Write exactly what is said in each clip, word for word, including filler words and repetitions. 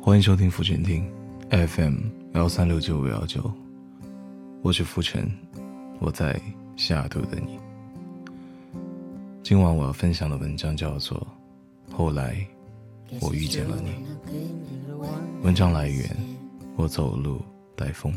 欢迎收听浮沉听 F M 幺三六九五幺九，我是浮沉，我在西雅图等你。今晚我要分享的文章叫做后来我遇见了你。文章来源我走路带风。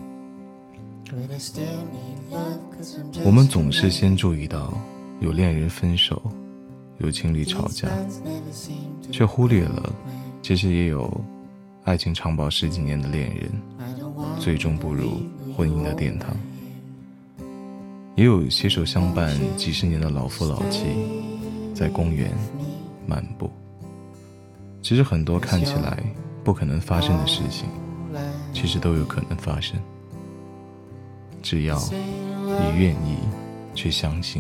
我们总是先注意到有恋人分手，有情侣吵架，却忽略了其实也有爱情长跑十几年的恋人最终步入婚姻的殿堂，也有携手相伴几十年的老夫老妻在公园漫步。其实很多看起来不可能发生的事情，其实都有可能发生，只要你愿意去相信。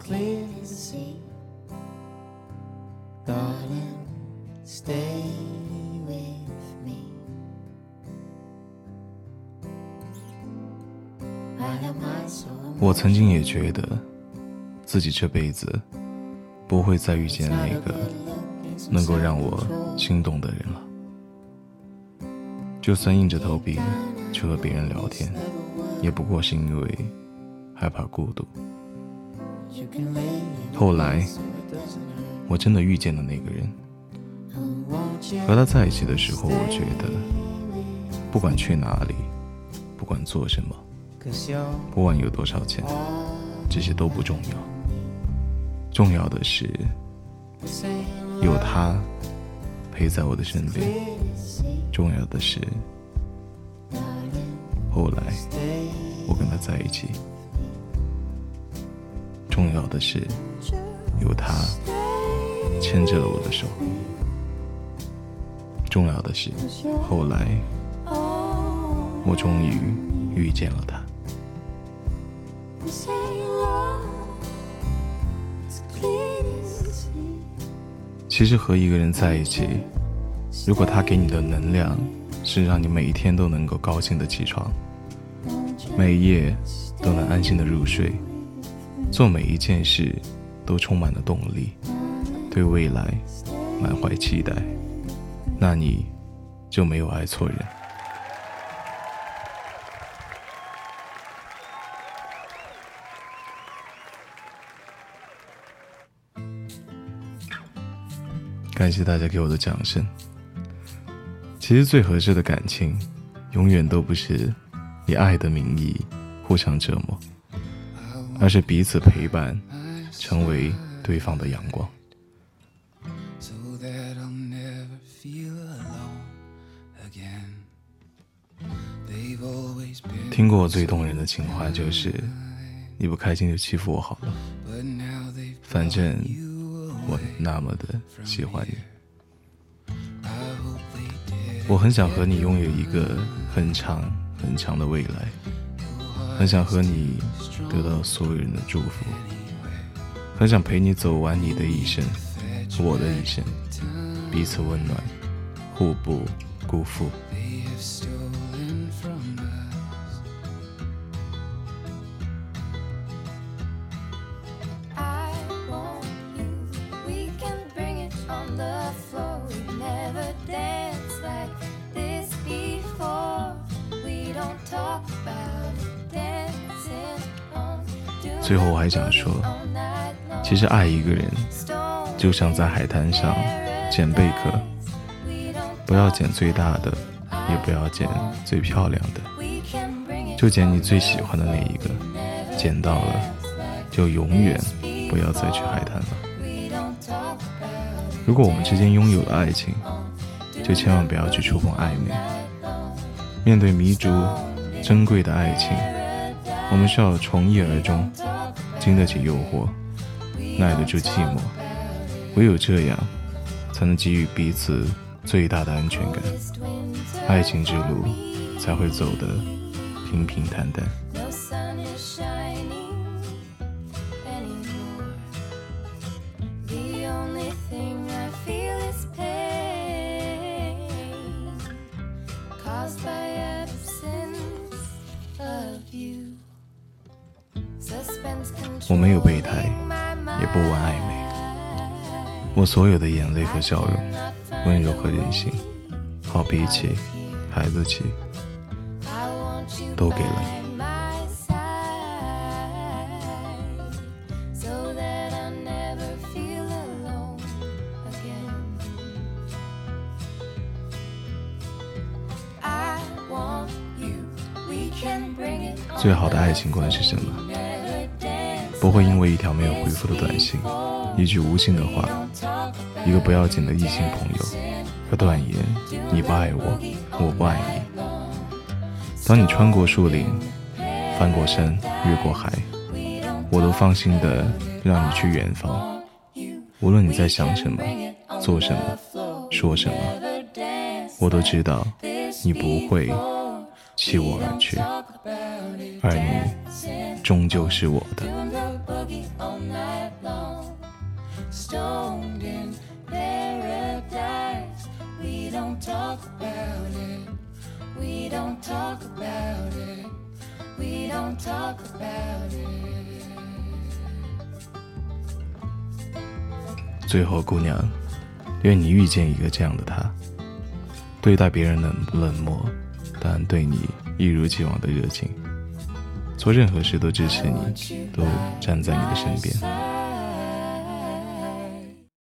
我曾经也觉得自己这辈子不会再遇见那个能够让我心动的人了，就算硬着头皮去和别人聊天，也不过是因为害怕孤独。后来我真的遇见了那个人，和他在一起的时候，我觉得不管去哪里，不管做什么，不管有多少钱，这些都不重要，重要的是有他陪在我的身边，重要的是后来我跟他在一起，重要的是有他牵着了我的手，重要的是后来我终于遇见了他。其实和一个人在一起，如果他给你的能量是让你每一天都能够高兴的起床，每一夜都能安心的入睡，做每一件事都充满了动力，对未来满怀期待，那你就没有爱错人。感谢大家给我的掌声。其实最合适的感情永远都不是以爱的名义互相折磨，而是彼此陪伴，成为对方的阳光。听过最动人的情话就是你不开心就欺负我好了，反正我那么的喜欢你。我很想和你拥有一个很长很长的未来，很想和你得到所有人的祝福，很想陪你走完你的一生，我的一生，彼此温暖，互不辜负。最后我还想说，其实爱一个人就像在海滩上捡贝壳，不要捡最大的，也不要捡最漂亮的，就捡你最喜欢的那一个，捡到了就永远不要再去海滩了。如果我们之间拥有了爱情，就千万不要去触碰暧昧。面对弥足珍贵的爱情，我们需要从一而终，经得起诱惑，耐得住寂寞，唯有这样才能给予彼此最大的安全感，爱情之路才会走得平平淡淡。我没有备胎，也不玩暧昧，我所有的眼泪和笑容，温柔和任性， 好脾气、孩子气，都给了你。最好的爱情观是什么？不会因为一条没有回复的短信，一句无心的话，一个不要紧的异性朋友，而断言你不爱我，我不爱你。当你穿过树林，翻过山，越过海，我都放心的让你去远方。无论你在想什么，做什么，说什么，我都知道你不会弃我而去，而你终究是我的。最后，姑娘，愿你遇见一个这样的他，对待别人冷冷漠，但对你一如既往的热情，做任何事都支持你，都站在你的身边。